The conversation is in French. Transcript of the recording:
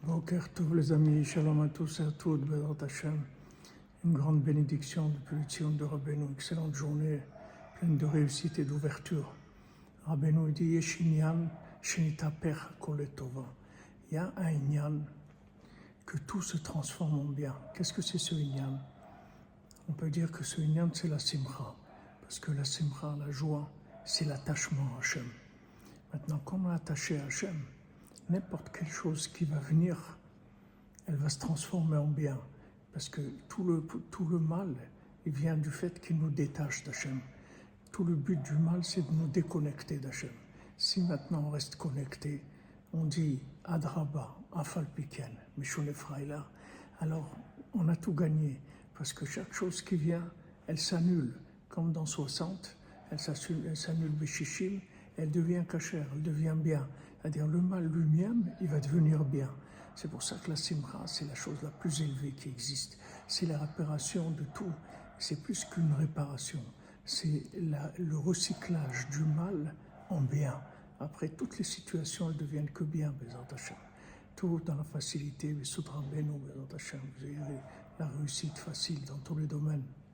Boker Tov les amis, shalom à tous et à toutes, Bezrat Hashem. Une grande bénédiction depuis le Tzion de Rabbeinu, excellente journée, pleine de réussite et d'ouverture. Rabbeinu dit Yeshinyan Shenitaper Kol Tova. Il y a un Inyan que tout se transforme en bien. Qu'est-ce que c'est ce Inyan? On peut dire que ce Inyan c'est la Simcha, parce que la Simcha, la joie, c'est l'attachement à Hashem. Maintenant, quand on est attaché à Hashem, n'importe quelle chose qui va venir, elle va se transformer en bien. Parce que tout le mal, il vient du fait qu'il nous détache d'Hachem. Tout le but du mal, c'est de nous déconnecter d'Hachem. Si maintenant on reste connecté, on dit Adraba, Afalpiken, Mishone Fraïla, alors on a tout gagné. Parce que chaque chose qui vient, elle s'annule. Comme dans 60, elle s'annule Beshishim, elle devient cachère, elle devient bien. C'est-à-dire le mal lui-même, il va devenir bien. C'est pour ça que la Simcha, c'est la chose la plus élevée qui existe. C'est la réparation de tout. C'est plus qu'une réparation. C'est le recyclage du mal en bien. Après, toutes les situations, elles deviennent que bien, Bezrat Hashem. Tout dans la facilité, Besut Rabbeinu, Bezrat Hashem. Vous avez la réussite facile dans tous les domaines.